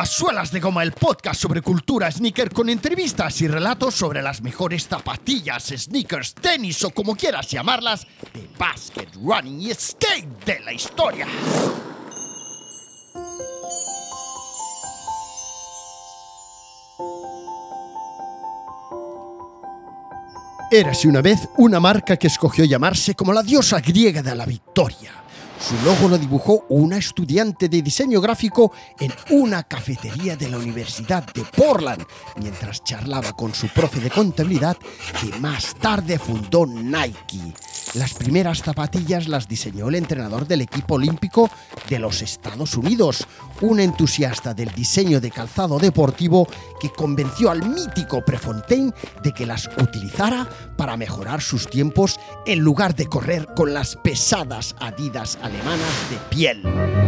Suelas de Goma, el podcast sobre cultura sneaker con entrevistas y relatos sobre las mejores zapatillas, sneakers, tenis o como quieras llamarlas, de basket, running y skate de la historia. Érase una vez una marca que escogió llamarse como la diosa griega de la victoria. Su logo lo dibujó una estudiante de diseño gráfico en una cafetería de la Universidad de Portland, mientras charlaba con su profe de contabilidad, que más tarde fundó Nike. Las primeras zapatillas las diseñó el entrenador del equipo olímpico de los Estados Unidos, un entusiasta del diseño de calzado deportivo que convenció al mítico Prefontaine de que las utilizara para mejorar sus tiempos en lugar de correr con las pesadas Adidas alemanas de piel.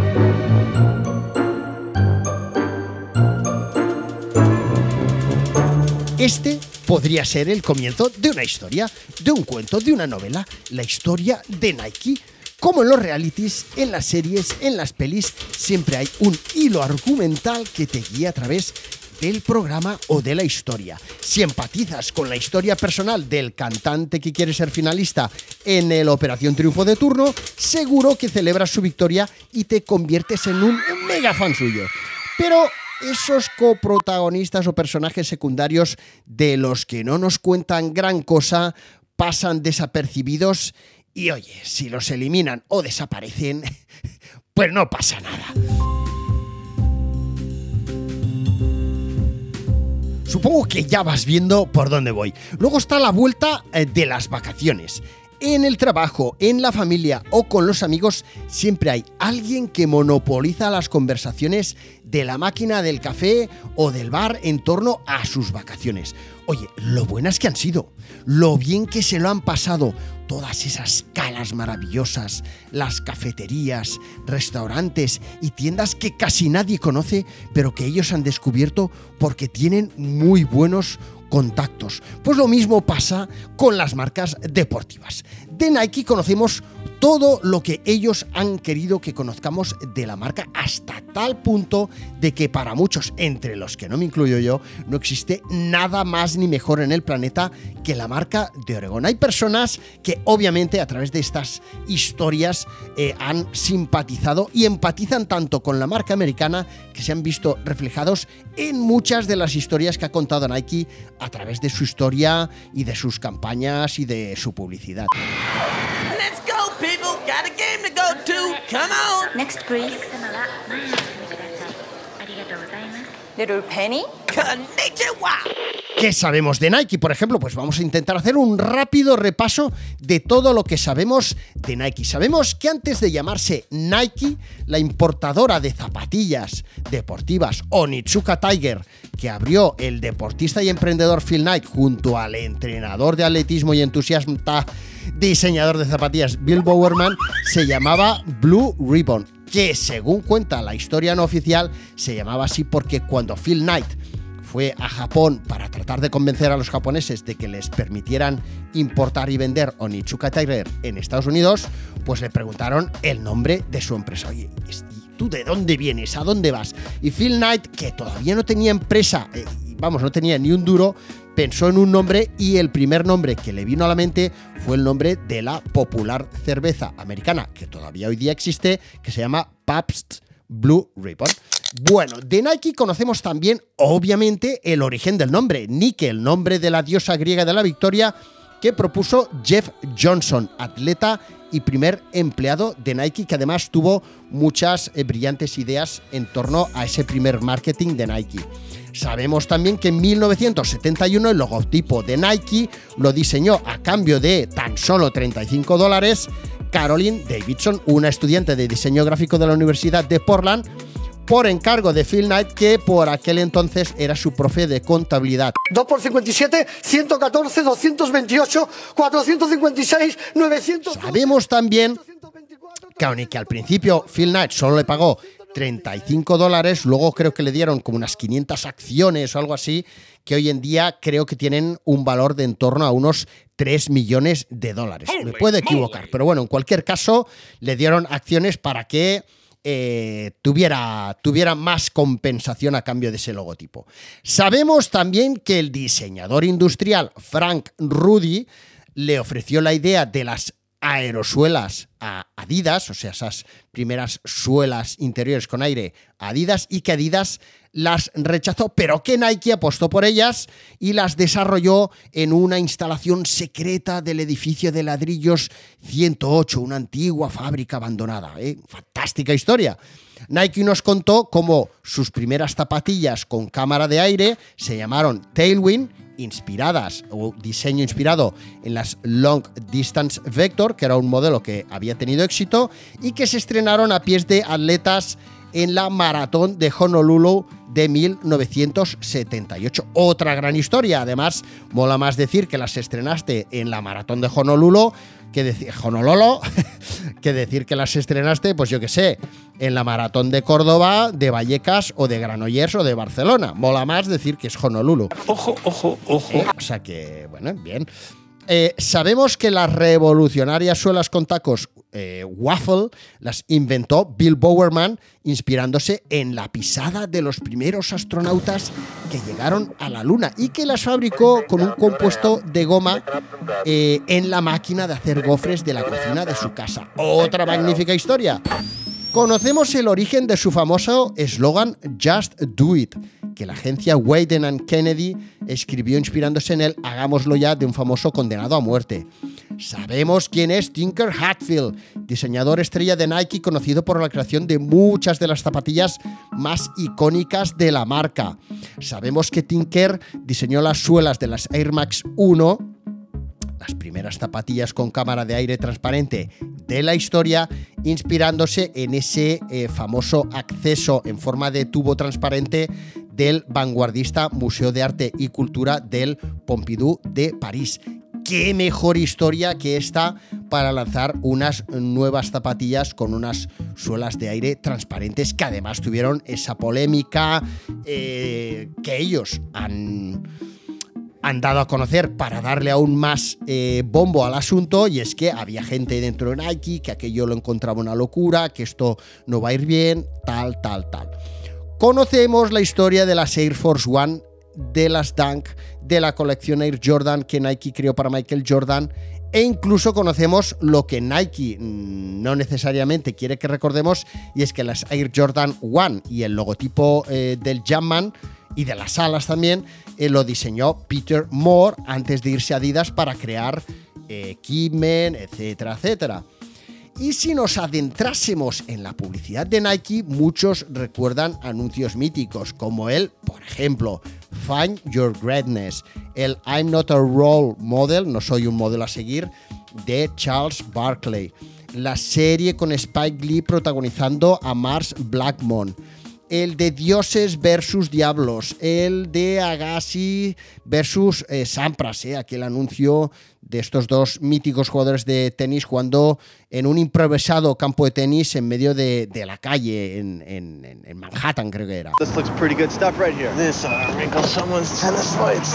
Este podría ser el comienzo de una historia, de un cuento, de una novela, la historia de Nike. Como en los realities, en las series, en las pelis, siempre hay un hilo argumental que te guía a través del programa o de la historia. Si empatizas con la historia personal del cantante que quiere ser finalista en el Operación Triunfo de turno, seguro que celebras su victoria y te conviertes en un mega fan suyo. Pero esos coprotagonistas o personajes secundarios de los que no nos cuentan gran cosa pasan desapercibidos y, oye, si los eliminan o desaparecen, pues no pasa nada. Supongo que ya vas viendo por dónde voy. Luego está la vuelta de las vacaciones. En el trabajo, en la familia o con los amigos, siempre hay alguien que monopoliza las conversaciones de la máquina del café o del bar en torno a sus vacaciones. Oye, lo buenas que han sido, lo bien que se lo han pasado, todas esas calas maravillosas, las cafeterías, restaurantes y tiendas que casi nadie conoce, pero que ellos han descubierto porque tienen muy buenos contactos. Pues lo mismo pasa con las marcas deportivas. De Nike conocemos todo lo que ellos han querido que conozcamos de la marca, hasta tal punto de que para muchos, entre los que no me incluyo yo, no existe nada más ni mejor en el planeta que la marca de Oregon. Hay personas que obviamente a través de estas historias han simpatizado y empatizan tanto con la marca americana que se han visto reflejados en muchas de las historias que ha contado Nike a través de su historia y de sus campañas y de su publicidad. Let's go, people. Got a game to go to. Come on. Next, please. Little Penny. Konnichiwa. ¿Qué sabemos de Nike? Por ejemplo, pues vamos a intentar hacer un rápido repaso de todo lo que sabemos de Nike. Sabemos que antes de llamarse Nike, la importadora de zapatillas deportivas Onitsuka Tiger, que abrió el deportista y emprendedor Phil Knight junto al entrenador de atletismo y entusiasta diseñador de zapatillas Bill Bowerman, se llamaba Blue Ribbon, que según cuenta la historia no oficial, se llamaba así porque cuando Phil Knight fue a Japón para tratar de convencer a los japoneses de que les permitieran importar y vender Onitsuka Tiger en Estados Unidos, pues le preguntaron el nombre de su empresa. Oye, ¿tú de dónde vienes? ¿A dónde vas? Y Phil Knight, que todavía no tenía empresa, no tenía ni un duro, pensó en un nombre y el primer nombre que le vino a la mente fue el nombre de la popular cerveza americana, que todavía hoy día existe, que se llama Pabst Blue Ribbon. Bueno, de Nike conocemos también, obviamente, el origen del nombre, Nike, el nombre de la diosa griega de la victoria, que propuso Jeff Johnson, atleta y primer empleado de Nike, que además tuvo muchas brillantes ideas en torno a ese primer marketing de Nike. Sabemos también que en 1971 el logotipo de Nike lo diseñó a cambio de tan solo $35 Caroline Davidson, una estudiante de diseño gráfico de la Universidad de Portland, por encargo de Phil Knight, que por aquel entonces era su profe de contabilidad. 2 por 57, 114, 228, 456, 900... Sabemos también que al principio Phil Knight solo le pagó $35, luego creo que le dieron como unas 500 acciones o algo así, que hoy en día creo que tienen un valor de en torno a unos $3 millones. Me puedo equivocar, pero bueno, en cualquier caso le dieron acciones para que tuviera más compensación a cambio de ese logotipo. Sabemos también que el diseñador industrial Frank Rudy le ofreció la idea de las aerosuelas a Adidas, o sea, esas primeras suelas interiores con aire a Adidas, y que Adidas las rechazó, pero que Nike apostó por ellas y las desarrolló en una instalación secreta del edificio de ladrillos 108, una antigua fábrica abandonada. Fantástica historia. Nike nos contó cómo sus primeras zapatillas con cámara de aire se llamaron Tailwind, diseño inspirado en las Long Distance Vector, que era un modelo que había tenido éxito y que se estrenaron a pies de atletas en la maratón de Honolulu de 1978. Otra gran historia. Además, mola más decir que las estrenaste en la maratón de Honolulu que decir que decir que las estrenaste, pues yo qué sé, en la maratón de Córdoba, de Vallecas o de Granollers o de Barcelona. Mola más decir que es Honolulu. Ojo. O sea que, bueno, bien. Sabemos que las revolucionarias suelas con tacos waffle las inventó Bill Bowerman inspirándose en la pisada de los primeros astronautas que llegaron a la Luna y que las fabricó con un compuesto de goma en la máquina de hacer gofres de la cocina de su casa. Otra magnífica historia. Conocemos el origen de su famoso eslogan Just Do It, que la agencia Wieden & Kennedy escribió inspirándose en el hagámoslo ya de un famoso condenado a muerte. Sabemos quién es Tinker Hatfield, diseñador estrella de Nike conocido por la creación de muchas de las zapatillas más icónicas de la marca. Sabemos que Tinker diseñó las suelas de las Air Max 1, las primeras zapatillas con cámara de aire transparente de la historia, inspirándose en ese famoso acceso en forma de tubo transparente del vanguardista Museo de Arte y Cultura del Pompidou de París. ¿Qué mejor historia que esta para lanzar unas nuevas zapatillas con unas suelas de aire transparentes que además tuvieron esa polémica que ellos han dado a conocer para darle aún más bombo al asunto, y es que había gente dentro de Nike que aquello lo encontraba una locura, que esto no va a ir bien, tal. Conocemos la historia de las Air Force One, de las Dunk, de la colección Air Jordan que Nike creó para Michael Jordan, e incluso conocemos lo que Nike no necesariamente quiere que recordemos, y es que las Air Jordan 1 y el logotipo del Jumpman y de las alas también lo diseñó Peter Moore antes de irse a Adidas para crear Kidman, etcétera. Y si nos adentrásemos en la publicidad de Nike, muchos recuerdan anuncios míticos como el, por ejemplo, Find Your Greatness, el I'm Not a Role Model, no soy un modelo a seguir, de Charles Barkley, la serie con Spike Lee protagonizando a Mars Blackmon, el de Dioses versus Diablos, el de Agassi versus Sampras, aquel anuncio de estos dos míticos jugadores de tenis jugando en un improvisado campo de tenis en medio de la calle en Manhattan, creo que era. This looks pretty good stuff right here. This wrinkles someone's tennis fights.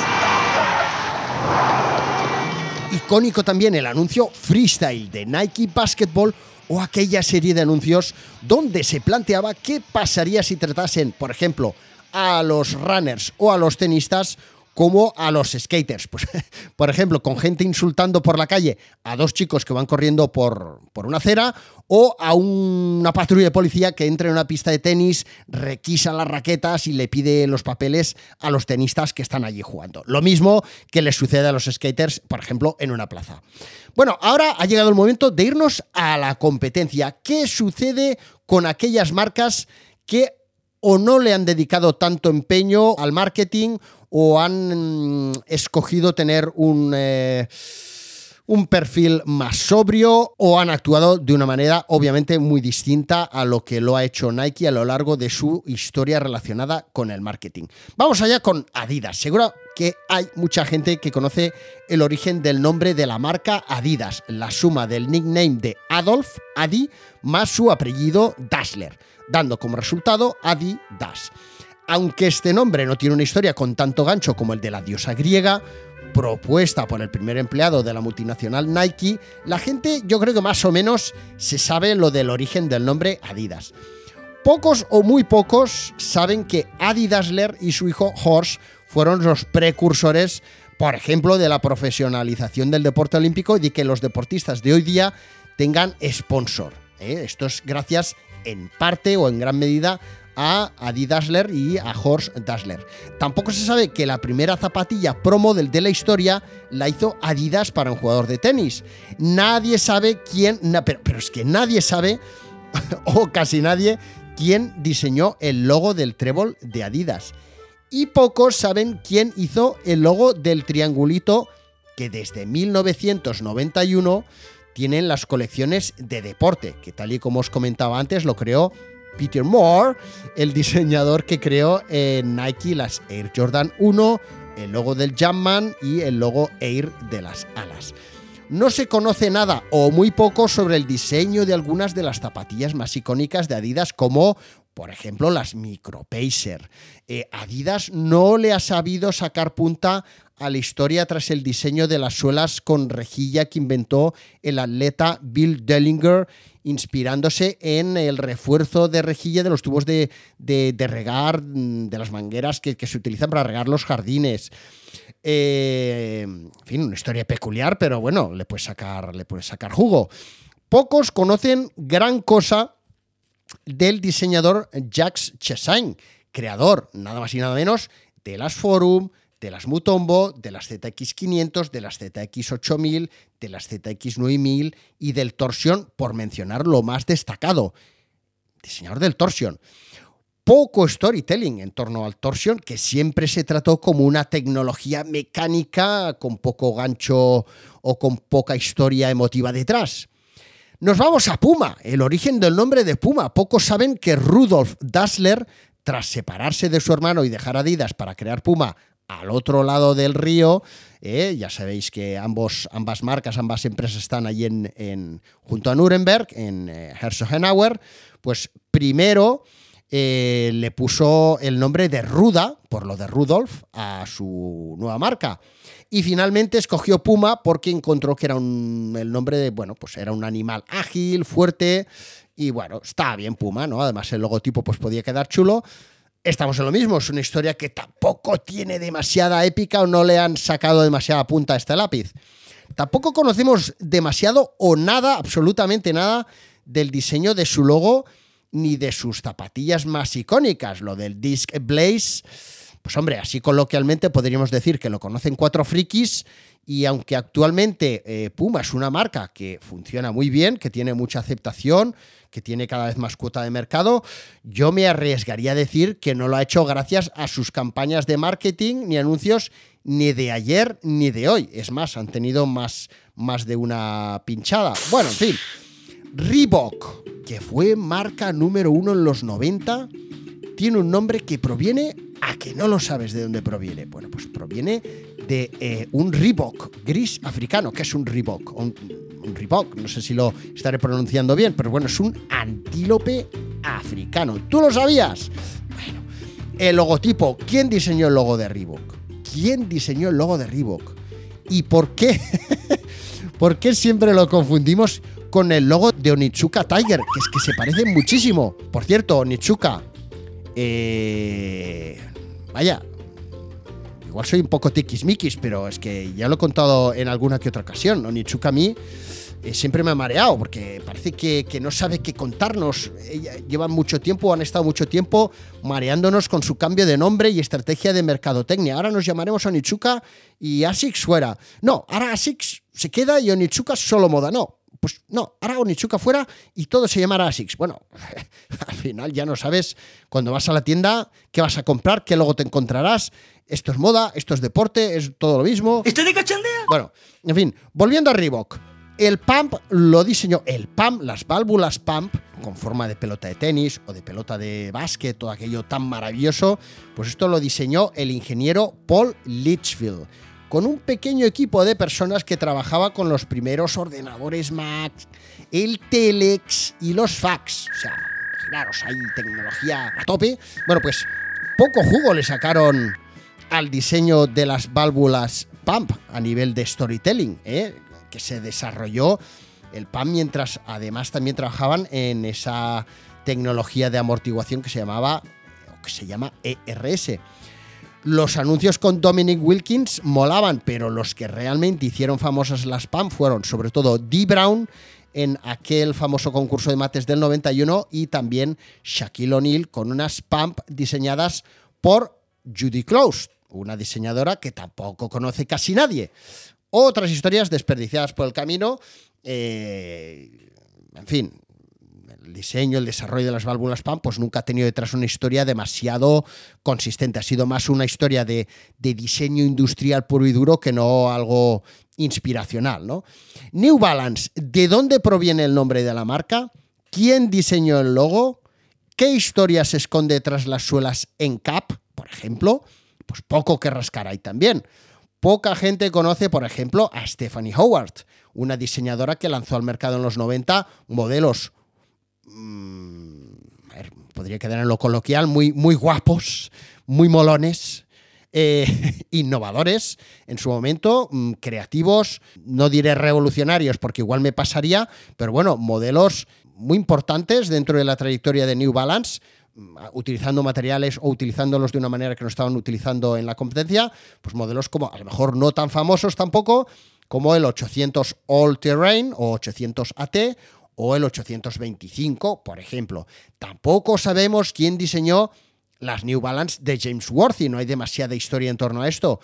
Icónico también el anuncio Freestyle de Nike Basketball, o aquella serie de anuncios donde se planteaba qué pasaría si tratasen, por ejemplo, a los runners o a los tenistas como a los skaters. Pues, por ejemplo, con gente insultando por la calle a dos chicos que van corriendo por una acera, o a una patrulla de policía que entra en una pista de tenis, requisa las raquetas y le pide los papeles a los tenistas que están allí jugando. Lo mismo que les sucede a los skaters, por ejemplo, en una plaza. Bueno, ahora ha llegado el momento de irnos a la competencia. ¿Qué sucede con aquellas marcas que o no le han dedicado tanto empeño al marketing o han escogido tener un perfil más sobrio, o han actuado de una manera obviamente muy distinta a lo que lo ha hecho Nike a lo largo de su historia relacionada con el marketing? Vamos allá con Adidas. Seguro que hay mucha gente que conoce el origen del nombre de la marca Adidas, la suma del nickname de Adolf, Adi, más su apellido Dassler, dando como resultado Adidas. Aunque este nombre no tiene una historia con tanto gancho como el de la diosa griega, propuesta por el primer empleado de la multinacional Nike, la gente yo creo que más o menos se sabe lo del origen del nombre Adidas. Pocos o muy pocos saben que Adi Dassler y su hijo Horst fueron los precursores, por ejemplo, de la profesionalización del deporte olímpico y de que los deportistas de hoy día tengan sponsor. Esto es gracias en parte o en gran medida a Adi Dassler y a Horst Dassler. Tampoco se sabe que la primera zapatilla Pro Model de la historia la hizo Adidas para un jugador de tenis. Nadie sabe quién, pero es que nadie sabe, o casi nadie, quién diseñó el logo del trébol de Adidas. Y pocos saben quién hizo el logo del triangulito que desde 1991 tienen las colecciones de deporte, que tal y como os comentaba antes lo creó Peter Moore, el diseñador que creó en Nike las Air Jordan 1, el logo del Jumpman y el logo Air de las alas. No se conoce nada o muy poco sobre el diseño de algunas de las zapatillas más icónicas de Adidas, como por ejemplo las Micro Pacer. Adidas no le ha sabido sacar punta a la historia tras el diseño de las suelas con rejilla que inventó el atleta Bill Dellinger, inspirándose en el refuerzo de rejilla de los tubos de regar, de las mangueras que se utilizan para regar los jardines. En fin, una historia peculiar, pero bueno, le puedes sacar jugo. Pocos conocen gran cosa del diseñador Jacques Chassagne, creador, nada más y nada menos, de las Forum, de las Mutombo, de las ZX500, de las ZX8000, de las ZX9000 y del Torsion, por mencionar lo más destacado. Diseñador del Torsion. Poco storytelling en torno al Torsion, que siempre se trató como una tecnología mecánica con poco gancho o con poca historia emotiva detrás. Nos vamos a Puma, el origen del nombre de Puma. Pocos saben que Rudolf Dassler, tras separarse de su hermano y dejar Adidas para crear Puma al otro lado del río, ya sabéis que ambas empresas están allí junto a Nuremberg, en Herzogenaurach, pues primero le puso el nombre de Ruda, por lo de Rudolf, a su nueva marca. Y finalmente escogió Puma porque encontró que era el nombre de, pues era un animal ágil, fuerte, y bueno, estaba bien Puma, ¿no? Además el logotipo pues podía quedar chulo. Estamos en lo mismo, es una historia que tampoco tiene demasiada épica o no le han sacado demasiada punta a este lápiz. Tampoco conocemos demasiado o nada, absolutamente nada, del diseño de su logo ni de sus zapatillas más icónicas. Lo del Disc Blaze, pues hombre, así coloquialmente podríamos decir que lo conocen 4 frikis, y aunque actualmente Puma es una marca que funciona muy bien, que tiene mucha aceptación, que tiene cada vez más cuota de mercado, yo me arriesgaría a decir que no lo ha hecho gracias a sus campañas de marketing ni anuncios ni de ayer ni de hoy. Es más, han tenido más de una pinchada. Bueno, en fin. Reebok, que fue marca número 1 en los 90, tiene un nombre que proviene, a que no lo sabes de dónde proviene. Bueno, pues proviene de un Reebok gris africano. ¿Qué es un Reebok? Un Reebok, no sé si lo estaré pronunciando bien, pero bueno, es un antílope africano. ¿Tú lo sabías? Bueno, el logotipo. ¿Quién diseñó el logo de Reebok? ¿Quién diseñó el logo de Reebok? ¿Y por qué? ¿Por qué siempre lo confundimos con el logo de Onitsuka Tiger? Que es que se parecen muchísimo. Por cierto, Onitsuka, vaya, igual soy un poco tiquismiquis, pero es que ya lo he contado en alguna que otra ocasión. Onitsuka a mí siempre me ha mareado, porque parece que no sabe qué contarnos. Llevan mucho tiempo, han estado mucho tiempo mareándonos con su cambio de nombre y estrategia de mercadotecnia. Ahora nos llamaremos Onitsuka y Asics fuera. No, ahora Asics se queda y Onitsuka solo moda. No. Pues no, ahora Onitsuka fuera y todo se llamará Asics. Bueno, al final ya no sabes cuando vas a la tienda qué vas a comprar, qué logo te encontrarás. Esto es moda, esto es deporte, es todo lo mismo. ¿Estoy de cachondeo? Bueno, en fin, volviendo a Reebok. El pump lo diseñó, las válvulas pump, con forma de pelota de tenis o de pelota de básquet, todo aquello tan maravilloso, pues esto lo diseñó el ingeniero Paul Litchfield, con un pequeño equipo de personas que trabajaba con los primeros ordenadores Mac, el Telex y los fax. O sea, imaginaros, hay tecnología a tope. Bueno, pues poco jugo le sacaron al diseño de las válvulas pump a nivel de storytelling, que se desarrolló el pump mientras además también trabajaban en esa tecnología de amortiguación que se llama ERS. Los anuncios con Dominic Wilkins molaban, pero los que realmente hicieron famosas las PAM fueron sobre todo Dee Brown en aquel famoso concurso de mates del 91 y también Shaquille O'Neal con unas PAM diseñadas por Judy Close, una diseñadora que tampoco conoce casi nadie. Otras historias desperdiciadas por el camino, en fin. El diseño, el desarrollo de las válvulas PAM, pues nunca ha tenido detrás una historia demasiado consistente. Ha sido más una historia de diseño industrial puro y duro que no algo inspiracional, ¿no? New Balance, ¿de dónde proviene el nombre de la marca? ¿Quién diseñó el logo? ¿Qué historia se esconde tras las suelas en Cap, por ejemplo? Pues poco que rascar ahí también. Poca gente conoce, por ejemplo, a Stephanie Howard, una diseñadora que lanzó al mercado en los 90 modelos podría quedar en lo coloquial, muy guapos, muy molones, innovadores en su momento, creativos, no diré revolucionarios porque igual me pasaría, pero bueno, modelos muy importantes dentro de la trayectoria de New Balance, utilizando materiales o utilizándolos de una manera que no estaban utilizando en la competencia, pues modelos como, a lo mejor no tan famosos tampoco, como el 800 All Terrain o 800 AT, o el 825, por ejemplo. Tampoco sabemos quién diseñó las New Balance de James Worthy, no hay demasiada historia en torno a esto.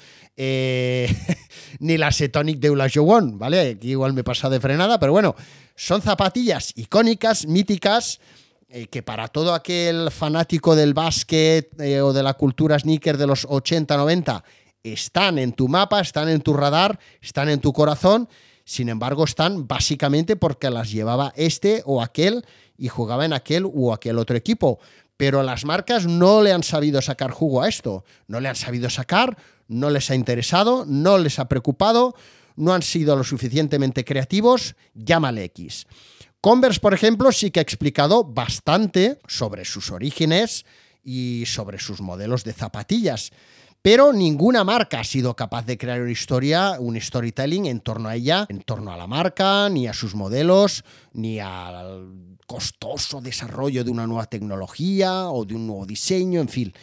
Ni las Etonic de Ulla Jowon, ¿vale? Aquí igual me he pasado de frenada, pero bueno, son zapatillas icónicas, míticas, que para todo aquel fanático del básquet o de la cultura sneaker de los 80-90 están en tu mapa, están en tu radar, están en tu corazón. Sin embargo, están básicamente porque las llevaba este o aquel y jugaba en aquel o aquel otro equipo. Pero las marcas no le han sabido sacar jugo a esto. No le han sabido sacar, no les ha interesado, no les ha preocupado, no han sido lo suficientemente creativos, llámale X. Converse, por ejemplo, sí que ha explicado bastante sobre sus orígenes y sobre sus modelos de zapatillas. Pero ninguna marca ha sido capaz de crear una historia, un storytelling en torno a ella, en torno a la marca, ni a sus modelos, ni al costoso desarrollo de una nueva tecnología o de un nuevo diseño, en fin.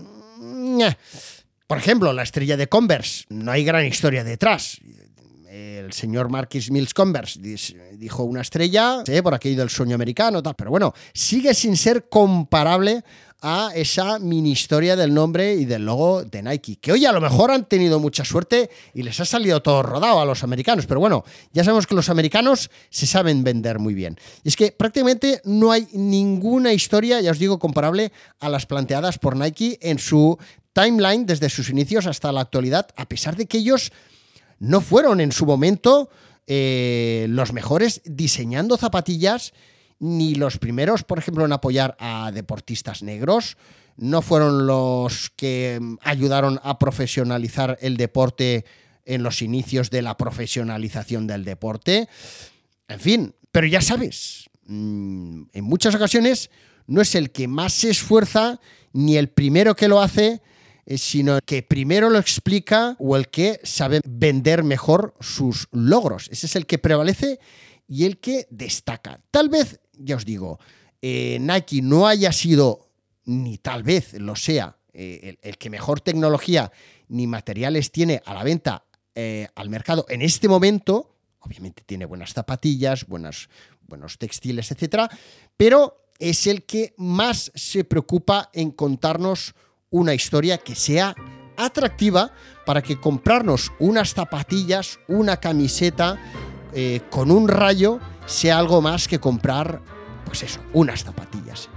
Por ejemplo, la estrella de Converse, no hay gran historia detrás. El señor Marquis Mills Converse dijo una estrella, por aquello del sueño americano, tal, pero bueno, sigue sin ser comparable a esa mini historia del nombre y del logo de Nike, que hoy a lo mejor han tenido mucha suerte y les ha salido todo rodado a los americanos, pero bueno, ya sabemos que los americanos se saben vender muy bien. Y es que prácticamente no hay ninguna historia, ya os digo, comparable a las planteadas por Nike en su timeline desde sus inicios hasta la actualidad, a pesar de que ellos no fueron en su momento los mejores diseñando zapatillas, ni los primeros, por ejemplo, en apoyar a deportistas negros, no fueron los que ayudaron a profesionalizar el deporte en los inicios de la profesionalización del deporte. En fin, pero ya sabes, en muchas ocasiones no es el que más se esfuerza ni el primero que lo hace, sino el que primero lo explica o el que sabe vender mejor sus logros. Ese es el que prevalece y el que destaca. Tal vez, ya os digo, Nike no haya sido, ni tal vez lo sea, el que mejor tecnología ni materiales tiene a la venta al mercado en este momento. Obviamente tiene buenas zapatillas, buenos textiles, etcétera, pero es el que más se preocupa en contarnos una historia que sea atractiva para que comprarnos unas zapatillas, una camiseta con un rayo sea algo más que comprar, pues eso, unas zapatillas.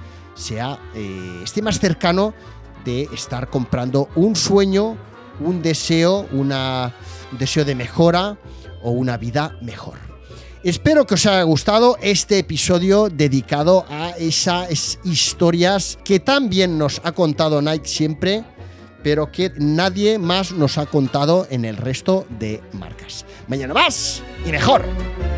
Esté más cercano de estar comprando un sueño, un deseo, un deseo de mejora o una vida mejor. Espero que os haya gustado este episodio dedicado a esas historias que tan bien nos ha contado Nike siempre, pero que nadie más nos ha contado en el resto de marcas. Mañana más y mejor.